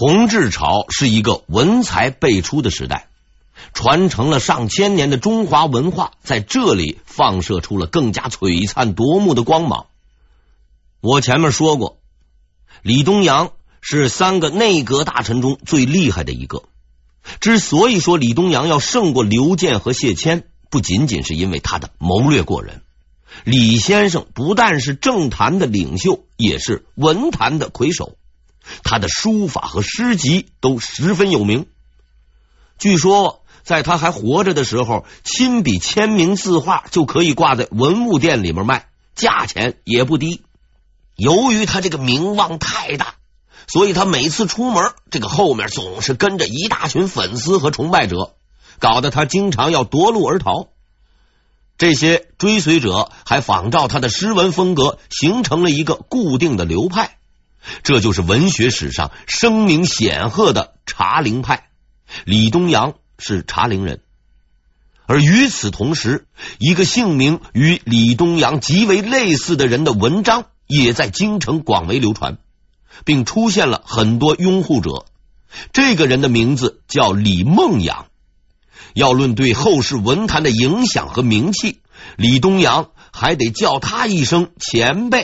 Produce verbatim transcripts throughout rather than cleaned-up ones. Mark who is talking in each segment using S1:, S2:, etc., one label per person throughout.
S1: 同治朝是一个文才辈出的时代，传承了上千年的中华文化在这里放射出了更加璀璨夺目的光芒。我前面说过，李东阳是三个内阁大臣中最厉害的一个。之所以说李东阳要胜过刘健和谢谦，不仅仅是因为他的谋略过人，李先生不但是政坛的领袖，也是文坛的魁首，他的书法和诗集都十分有名。据说在他还活着的时候，亲笔签名字画就可以挂在文物店里面卖，价钱也不低。由于他这个名望太大，所以他每次出门，这个后面总是跟着一大群粉丝和崇拜者，搞得他经常要夺路而逃。这些追随者还仿照他的诗文风格，形成了一个固定的流派，这就是文学史上声名显赫的茶陵派。李东阳是茶陵人。而与此同时，一个姓名与李东阳极为类似的人的文章也在京城广为流传，并出现了很多拥护者。这个人的名字叫李梦阳。要论对后世文坛的影响和名气，李东阳还得叫他一声前辈。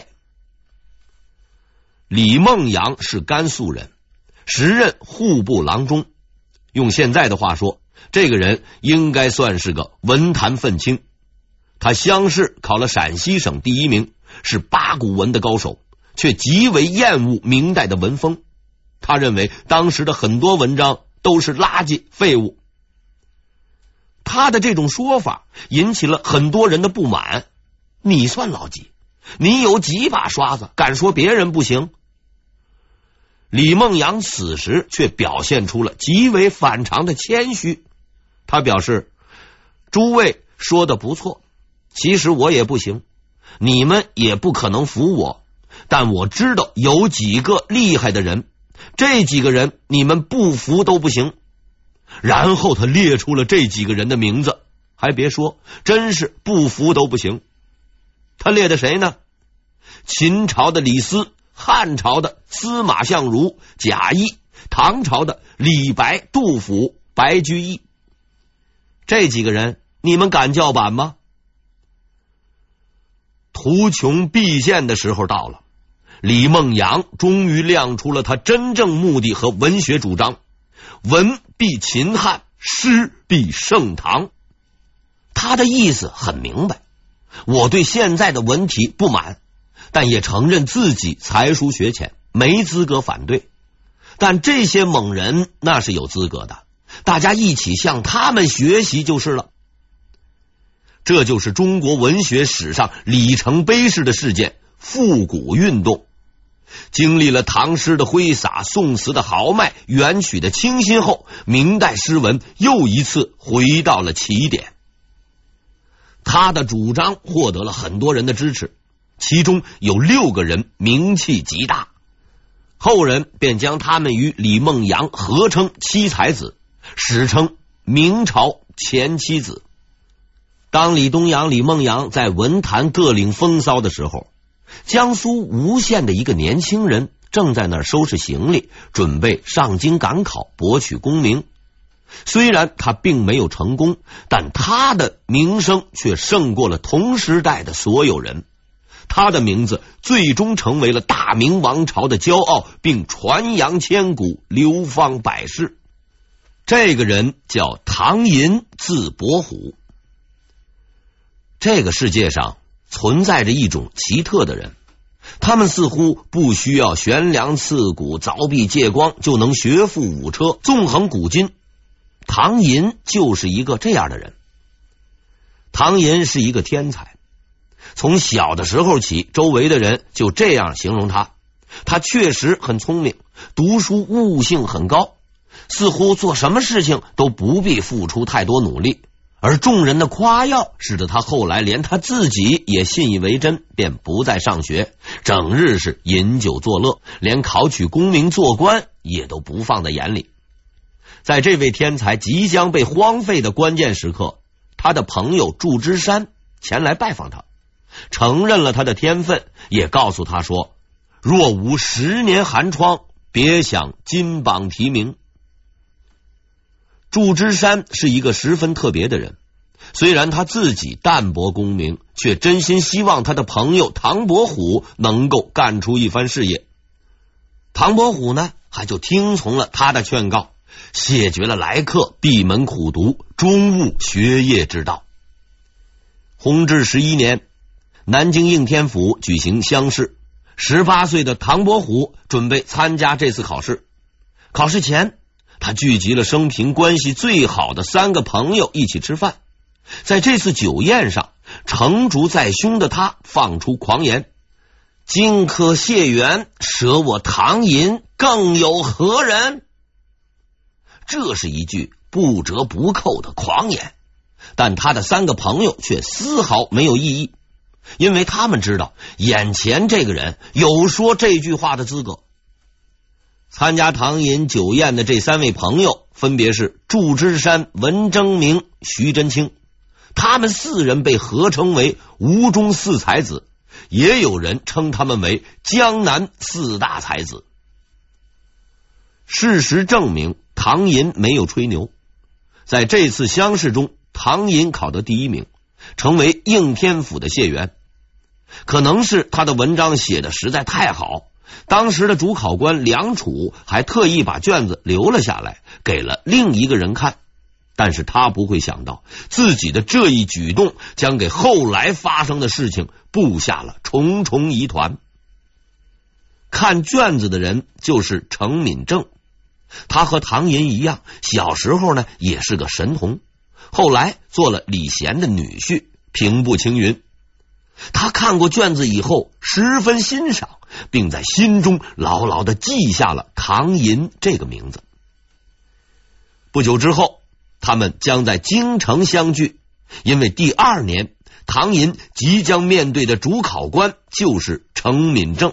S1: 李梦阳是甘肃人，时任户部郎中。用现在的话说，这个人应该算是个文坛愤青。他乡试考了陕西省第一名，是八股文的高手，却极为厌恶明代的文风。他认为当时的很多文章都是垃圾废物。他的这种说法引起了很多人的不满。你算老几？你有几把刷子，敢说别人不行？李梦阳此时却表现出了极为反常的谦虚。他表示，诸位说的不错，其实我也不行，你们也不可能服我，但我知道有几个厉害的人，这几个人你们不服都不行。然后他列出了这几个人的名字，还别说，真是不服都不行。他列的谁呢？秦朝的李斯，汉朝的司马相如、贾谊，唐朝的李白、杜甫、白居易。这几个人你们敢叫板吗？图穷匕见的时候到了，李梦阳终于亮出了他真正目的和文学主张：文必秦汉，诗必盛唐。他的意思很明白，我对现在的文体不满，但也承认自己才疏学浅，没资格反对。但这些猛人那是有资格的，大家一起向他们学习就是了。这就是中国文学史上里程碑式的事件——复古运动。经历了唐诗的挥洒、宋词的豪迈、元曲的清新后，明代诗文又一次回到了起点。他的主张获得了很多人的支持，其中有六个人名气极大，后人便将他们与李梦阳合称七才子，史称明朝前七子。当李东阳、李梦阳在文坛各领风骚的时候，江苏吴县的一个年轻人正在那儿收拾行李，准备上京赶考，博取功名。虽然他并没有成功，但他的名声却胜过了同时代的所有人。他的名字最终成为了大明王朝的骄傲，并传扬千古，流芳百世。这个人叫唐寅，字伯虎。这个世界上存在着一种奇特的人，他们似乎不需要悬梁刺股、凿壁借光就能学富五车、纵横古今。唐寅就是一个这样的人。唐寅是一个天才，从小的时候起，周围的人就这样形容他。他确实很聪明，读书悟性很高，似乎做什么事情都不必付出太多努力。而众人的夸耀使得他后来连他自己也信以为真，便不再上学，整日是饮酒作乐，连考取功名做官也都不放在眼里。在这位天才即将被荒废的关键时刻，他的朋友祝枝山前来拜访他，承认了他的天分，也告诉他说，若无十年寒窗， 别想金榜题名。祝枝山是一个十分特别的人，虽然他自己淡泊功名，却真心希望他的朋友唐伯虎能够干出一番事业。唐伯虎呢，还就听从了他的劝告，谢绝了来客，闭门苦读，终悟学业之道。弘治十一年，南京应天府举行乡试，十八岁的唐伯虎准备参加这次考试。考试前，他聚集了生平关系最好的三个朋友一起吃饭。在这次酒宴上，成竹在胸的他放出狂言：荆轲谢元，舍我唐寅，更有何人？这是一句不折不扣的狂言，但他的三个朋友却丝毫没有异议，因为他们知道眼前这个人有说这句话的资格。参加唐寅酒宴的这三位朋友分别是祝枝山、文征明、徐祯卿，他们四人被合称为吴中四才子，也有人称他们为江南四大才子。事实证明，唐寅没有吹牛。在这次乡试中，唐寅考得第一名，成为应天府的解元。可能是他的文章写得实在太好，当时的主考官梁楚还特意把卷子留了下来，给了另一个人看。但是他不会想到，自己的这一举动将给后来发生的事情布下了重重疑团。看卷子的人就是程敏正，他和唐寅一样，小时候呢也是个神童，后来做了李贤的女婿，平步青云。他看过卷子以后十分欣赏，并在心中牢牢地记下了唐寅这个名字。不久之后，他们将在京城相聚，因为第二年唐寅即将面对的主考官就是程敏正。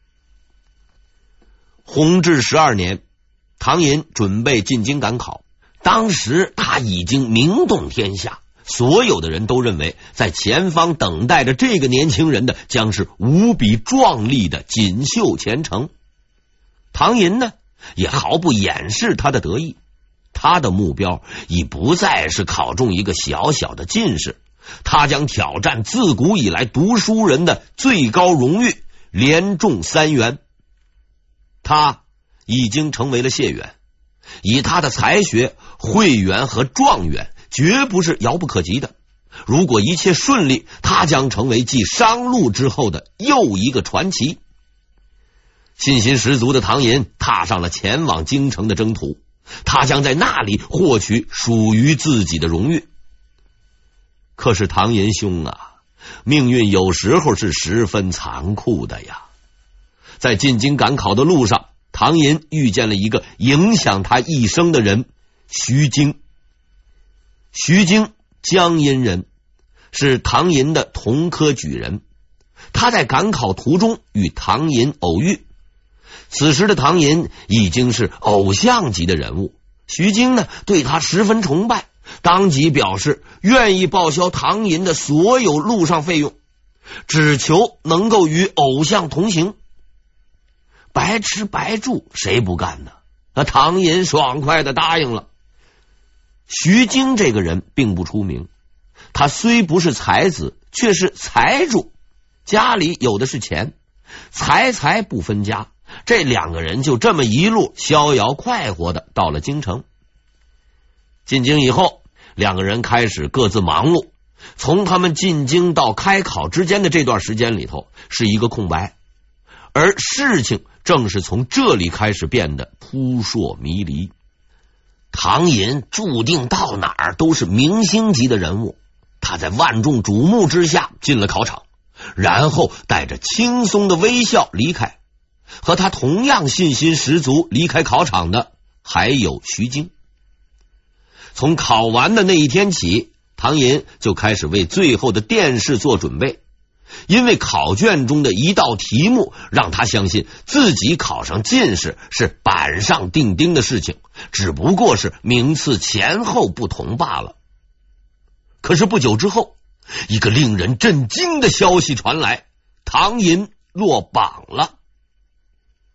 S1: 弘治十二年，唐寅准备进京赶考，当时他已经名动天下，所有的人都认为在前方等待着这个年轻人的将是无比壮丽的锦绣前程。唐寅呢，也毫不掩饰他的得意，他的目标已不再是考中一个小小的进士，他将挑战自古以来读书人的最高荣誉——连中三元。他已经成为了解元，以他的才学，会元和状元绝不是遥不可及的。如果一切顺利，他将成为继商路之后的又一个传奇。信心十足的唐寅踏上了前往京城的征途，他将在那里获取属于自己的荣誉。可是唐寅兄啊，命运有时候是十分残酷的呀。在进京赶考的路上，唐寅遇见了一个影响他一生的人——徐经。徐经，江阴人，是唐寅的同科举人。他在赶考途中与唐寅偶遇，此时的唐寅已经是偶像级的人物，徐经呢对他十分崇拜，当即表示愿意报销唐寅的所有路上费用，只求能够与偶像同行。白吃白住谁不干呢？那唐寅爽快的答应了。徐经这个人并不出名，他虽不是才子，却是财主，家里有的是钱，财财不分家。这两个人就这么一路逍遥快活的到了京城。进京以后，两个人开始各自忙碌，从他们进京到开考之间的这段时间里头是一个空白，而事情正是从这里开始变得扑朔迷离。唐寅注定到哪儿都是明星级的人物，他在万众瞩目之下进了考场，然后带着轻松的微笑离开。和他同样信心十足离开考场的还有徐经。从考完的那一天起，唐寅就开始为最后的殿试做准备，因为考卷中的一道题目让他相信自己考上进士是板上钉钉的事情，只不过是名次前后不同罢了。可是不久之后，一个令人震惊的消息传来，唐寅落榜了。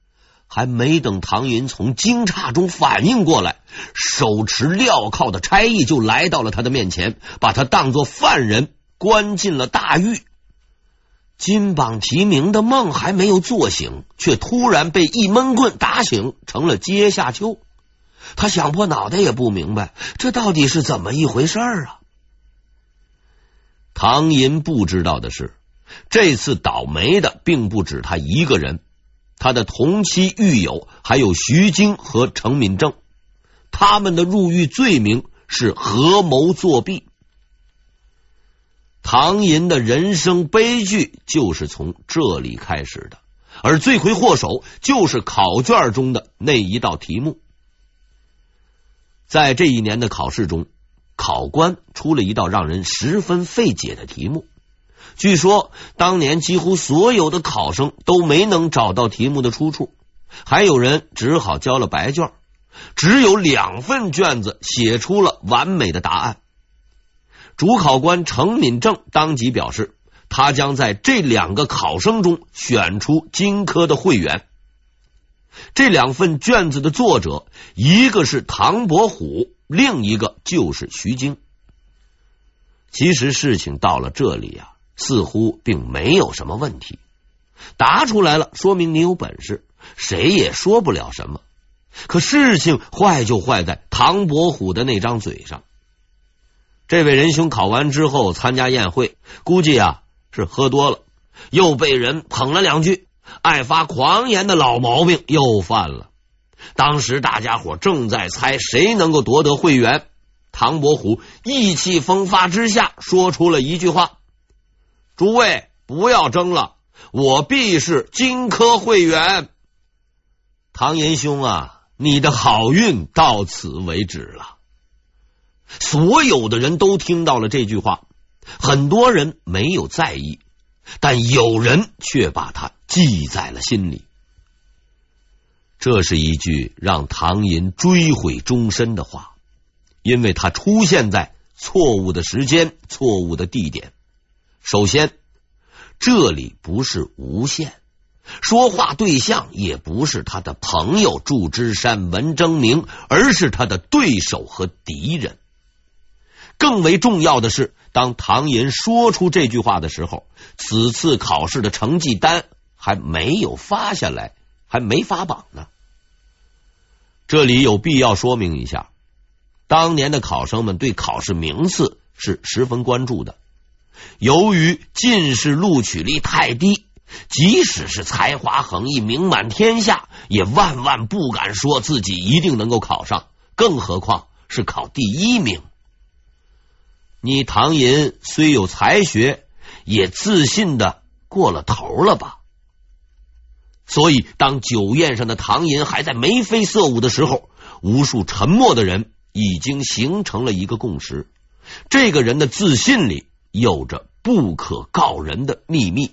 S1: 还没等唐寅从惊诧中反应过来，手持镣铐的差役就来到了他的面前，把他当作犯人关进了大狱。金榜题名的梦还没有做醒，却突然被一闷棍打醒，成了阶下囚。他想破脑袋也不明白，这到底是怎么一回事啊？唐寅不知道的是，这次倒霉的并不止他一个人，他的同期狱友还有徐经和程敏正，他们的入狱罪名是合谋作弊。唐寅的人生悲剧就是从这里开始的，而罪魁祸首就是考卷中的那一道题目。在这一年的考试中，考官出了一道让人十分费解的题目，据说当年几乎所有的考生都没能找到题目的出处，还有人只好交了白卷，只有两份卷子写出了完美的答案。主考官程敏正当即表示，他将在这两个考生中选出金科的会员。这两份卷子的作者，一个是唐伯虎，另一个就是徐经。其实事情到了这里啊，似乎并没有什么问题。答出来了，说明你有本事，谁也说不了什么。可事情坏就坏在唐伯虎的那张嘴上。这位仁兄考完之后参加宴会，估计啊是喝多了，又被人捧了两句，爱发狂言的老毛病又犯了。当时大家伙正在猜谁能够夺得会员，唐伯虎意气风发之下说出了一句话：诸位不要争了，我必是金科会员。唐寅兄啊，你的好运到此为止了。所有的人都听到了这句话，很多人没有在意，但有人却把它记在了心里。这是一句让唐寅追悔终身的话，因为他出现在错误的时间、错误的地点。首先，这里不是吴县，说话对象也不是他的朋友祝枝山、文征明，而是他的对手和敌人。更为重要的是，当唐寅说出这句话的时候，此次考试的成绩单还没有发下来，还没发榜呢。这里有必要说明一下，当年的考生们对考试名次是十分关注的。由于进士录取率太低，即使是才华横溢、名满天下，也万万不敢说自己一定能够考上，更何况是考第一名。你唐寅虽有才学，也自信的过了头了吧？所以当酒宴上的唐寅还在眉飞色舞的时候，无数沉默的人已经形成了一个共识，这个人的自信里有着不可告人的秘密。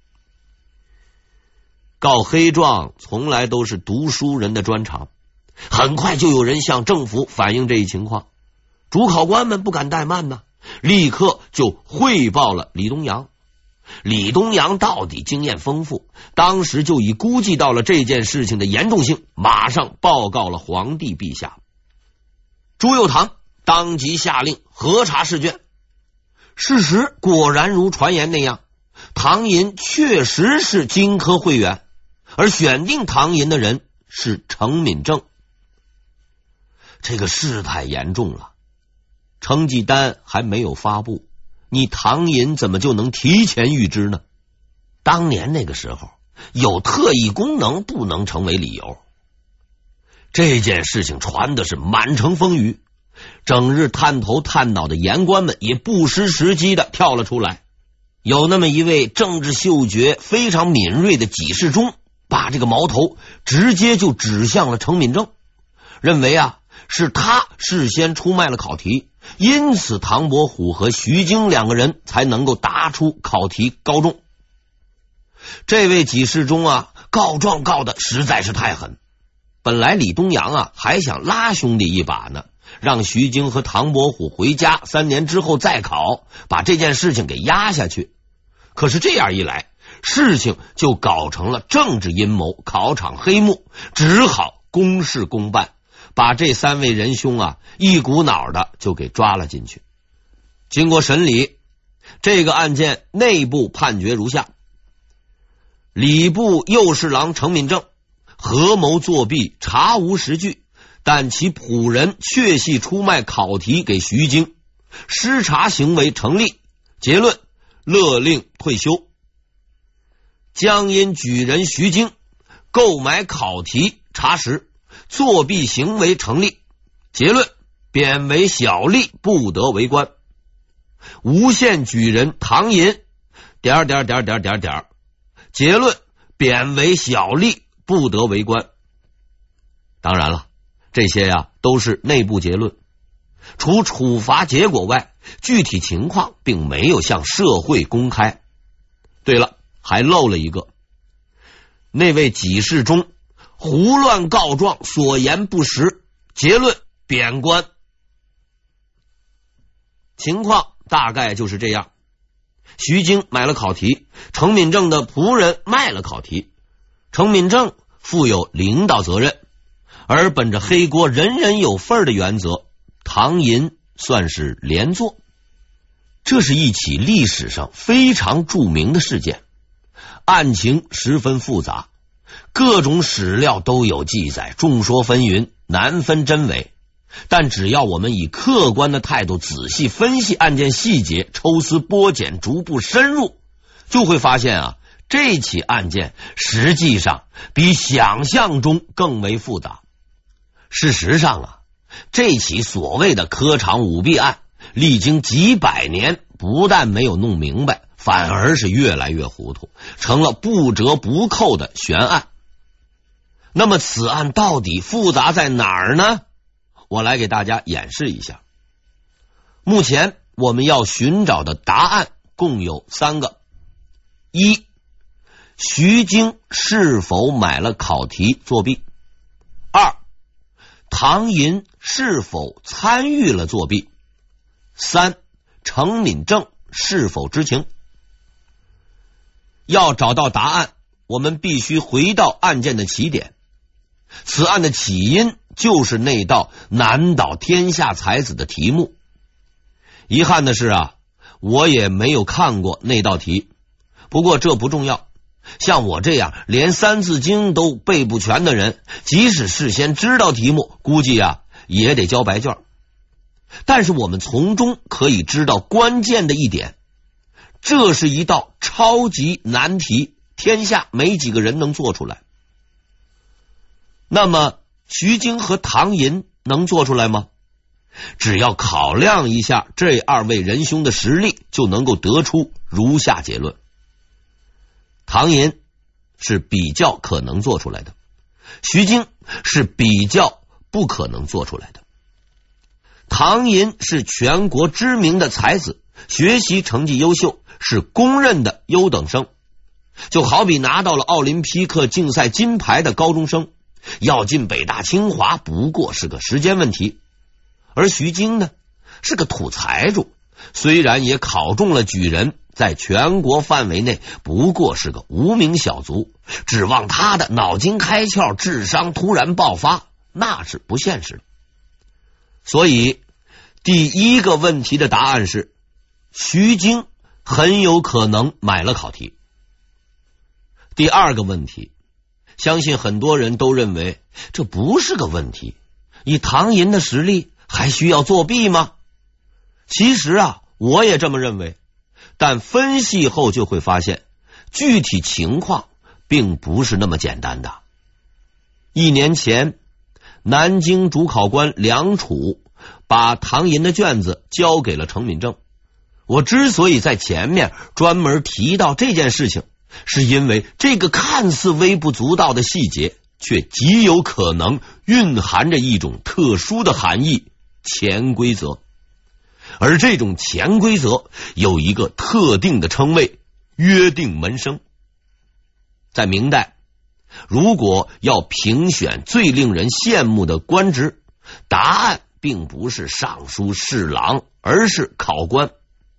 S1: 告黑状从来都是读书人的专长，很快就有人向政府反映这一情况。主考官们不敢怠慢呢，立刻就汇报了李东阳。李东阳到底经验丰富，当时就已估计到了这件事情的严重性，马上报告了皇帝陛下。朱佑樘当即下令核查试卷，事实果然如传言那样，唐寅确实是金科会员，而选定唐寅的人是程敏正。这个事态严重了，成绩单还没有发布，你唐寅怎么就能提前预知呢？当年那个时候，有特异功能不能成为理由。这件事情传的是满城风雨，整日探头探脑的言官们也不失时机的跳了出来。有那么一位政治嗅觉非常敏锐的给事中，把这个矛头直接就指向了程敏正，认为啊是他事先出卖了考题，因此唐伯虎和徐经两个人才能够答出考题高中。这位给事中啊告状告的实在是太狠，本来李东阳啊还想拉兄弟一把呢，让徐经和唐伯虎回家三年之后再考，把这件事情给压下去。可是这样一来， 事情就搞成了政治阴谋，考场黑幕，只好公事公办，把这三位仁兄啊一股脑的就给抓了进去。经过审理，这个案件内部判决如下：礼部右侍郎程敏正合谋作弊，查无实据，但其仆人确系出卖考题给徐经，失察行为成立，结论勒令退休。江阴举人徐经购买考题查实，作弊行为成立，结论贬为小吏，不得为官。吴县举人唐寅点点点点点点，结论贬为小吏，不得为官。当然了，这些呀都是内部结论，除处罚结果外，具体情况并没有向社会公开。对了，还漏了一个，那位给事中胡乱告状，所言不实，结论贬官。情况大概就是这样：徐经买了考题，程敏正的仆人卖了考题，程敏正负有领导责任，而本着黑锅人人有份的原则，唐寅算是连坐。这是一起历史上非常著名的事件，案情十分复杂，各种史料都有记载，众说纷纭，难分真伪。但只要我们以客观的态度仔细分析案件细节，抽丝剥茧，逐步深入，就会发现啊，这起案件实际上比想象中更为复杂。事实上啊，这起所谓的科场舞弊案历经几百年，不但没有弄明白，反而是越来越糊涂，成了不折不扣的悬案。那么此案到底复杂在哪儿呢？我来给大家演示一下。目前我们要寻找的答案共有三个：一、徐经是否买了考题作弊；二、唐寅是否参与了作弊；三、程敏正是否知情。要找到答案，我们必须回到案件的起点。此案的起因就是那道难倒天下才子的题目。遗憾的是啊，我也没有看过那道题，不过这不重要。像我这样连三字经都背不全的人，即使事先知道题目，估计啊也得交白卷。但是我们从中可以知道关键的一点，这是一道超级难题，天下没几个人能做出来。那么徐经和唐寅能做出来吗？只要考量一下这二位仁兄的实力，就能够得出如下结论：唐寅是比较可能做出来的，徐经是比较不可能做出来的。唐寅是全国知名的才子，学习成绩优秀，是公认的优等生，就好比拿到了奥林匹克竞赛金牌的高中生，要进北大清华不过是个时间问题。而徐经呢，是个土财主，虽然也考中了举人，在全国范围内不过是个无名小卒，指望他的脑筋开窍，智商突然爆发，那是不现实的。所以第一个问题的答案是，徐经很有可能买了考题。第二个问题，相信很多人都认为这不是个问题，以唐寅的实力还需要作弊吗？其实啊，我也这么认为，但分析后就会发现，具体情况并不是那么简单的。一年前，南京主考官梁楚把唐寅的卷子交给了程敏正。我之所以在前面专门提到这件事情，是因为这个看似微不足道的细节，却极有可能蕴含着一种特殊的含义——潜规则。而这种潜规则有一个特定的称谓——约定门生。在明代，如果要评选最令人羡慕的官职，答案并不是尚书侍郎，而是考官。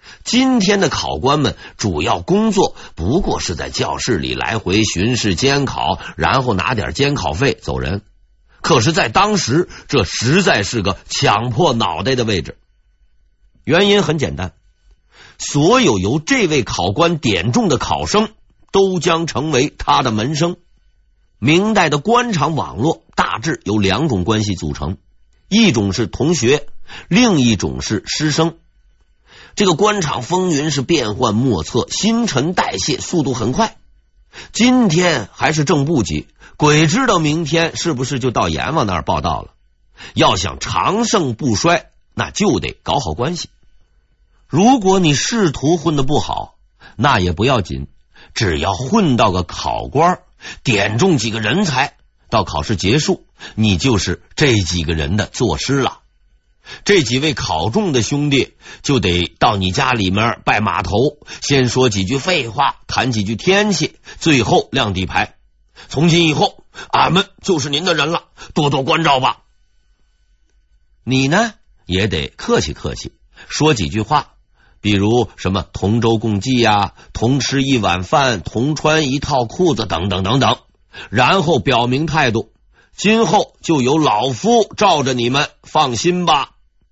S1: 今天的考官们主要工作不过是在教室里来回巡视监考，然后拿点监考费走人。可是在当时，这实在是个抢破脑袋的位置。原因很简单，所有由这位考官点中的考生都将成为他的门生。明代的官场网络大致由两种关系组成，一种是同学，另一种是师生。这个官场风云是变幻莫测，新陈代谢速度很快。今天还是正部级，鬼知道明天是不是就到阎王那儿报道了。要想长盛不衰，那就得搞好关系。如果你仕途混得不好，那也不要紧，只要混到个考官，点中几个人才，到考试结束，你就是这几个人的作师了。这几位考中的兄弟就得到你家里面拜码头，先说几句废话，谈几句天气，最后亮底牌。从今以后，俺们就是您的人了，多多关照吧。你呢，也得客气客气，说几句话，比如什么同舟共济呀、同吃一碗饭、同穿一套裤子等等等等，然后表明态度，今后就由老夫罩着你们，放心吧。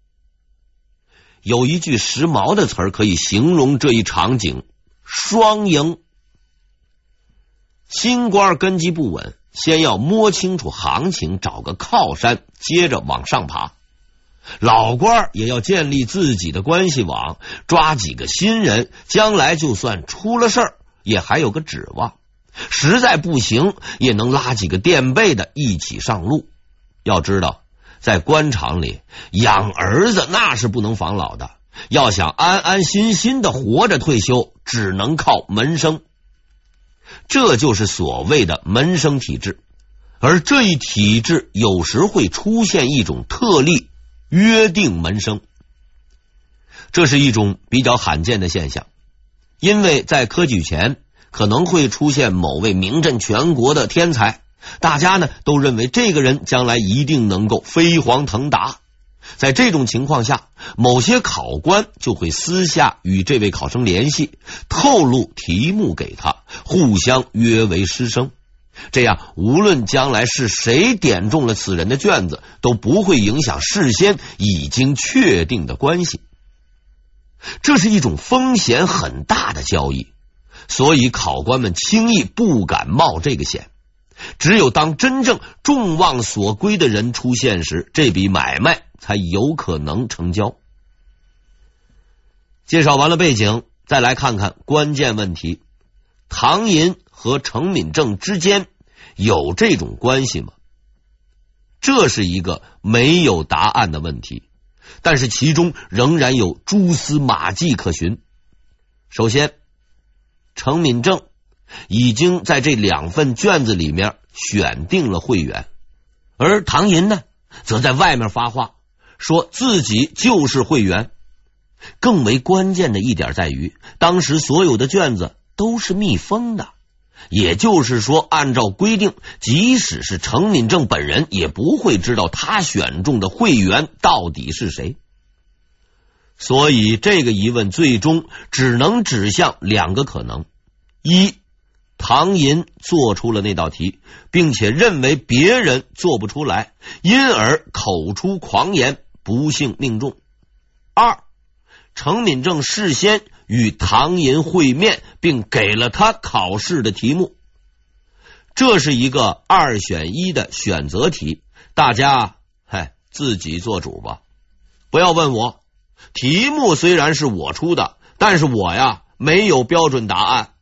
S1: 有一句时髦的词儿可以形容这一场景，双赢。新官根基不稳，先要摸清楚行情，找个靠山，接着往上爬。老官也要建立自己的关系网，抓几个新人，将来就算出了事儿也还有个指望，实在不行也能拉几个垫背的一起上路。要知道在官场里养儿子那是不能防老的，要想安安心心的活着退休，只能靠门生。这就是所谓的门生体制。而这一体制有时会出现一种特例，约定门生。这是一种比较罕见的现象，因为在科举前可能会出现某位名震全国的天才，大家呢都认为这个人将来一定能够飞黄腾达。在这种情况下，某些考官就会私下与这位考生联系，透露题目给他，互相约为师生。这样无论将来是谁点中了此人的卷子，都不会影响事先已经确定的关系。这是一种风险很大的交易，所以考官们轻易不敢冒这个险。只有当真正众望所归的人出现时，这笔买卖才有可能成交。介绍完了背景，再来看看关键问题：唐寅和程敏政之间有这种关系吗？这是一个没有答案的问题，但是其中仍然有蛛丝马迹可循。首先，程敏政已经在这两份卷子里面选定了会员，而唐寅呢，则在外面发话说自己就是会员。更为关键的一点在于，当时所有的卷子都是密封的，也就是说，按照规定，即使是程敏政本人也不会知道他选中的会员到底是谁。所以这个疑问最终只能指向两个可能：一，唐寅做出了那道题，并且认为别人做不出来，因而口出狂言，不幸命中；二，程敏政事先与唐寅会面，并给了他考试的题目。这是一个二选一的选择题，大家嗨自己做主吧，不要问我。题目虽然是我出的，但是我呀没有标准答案。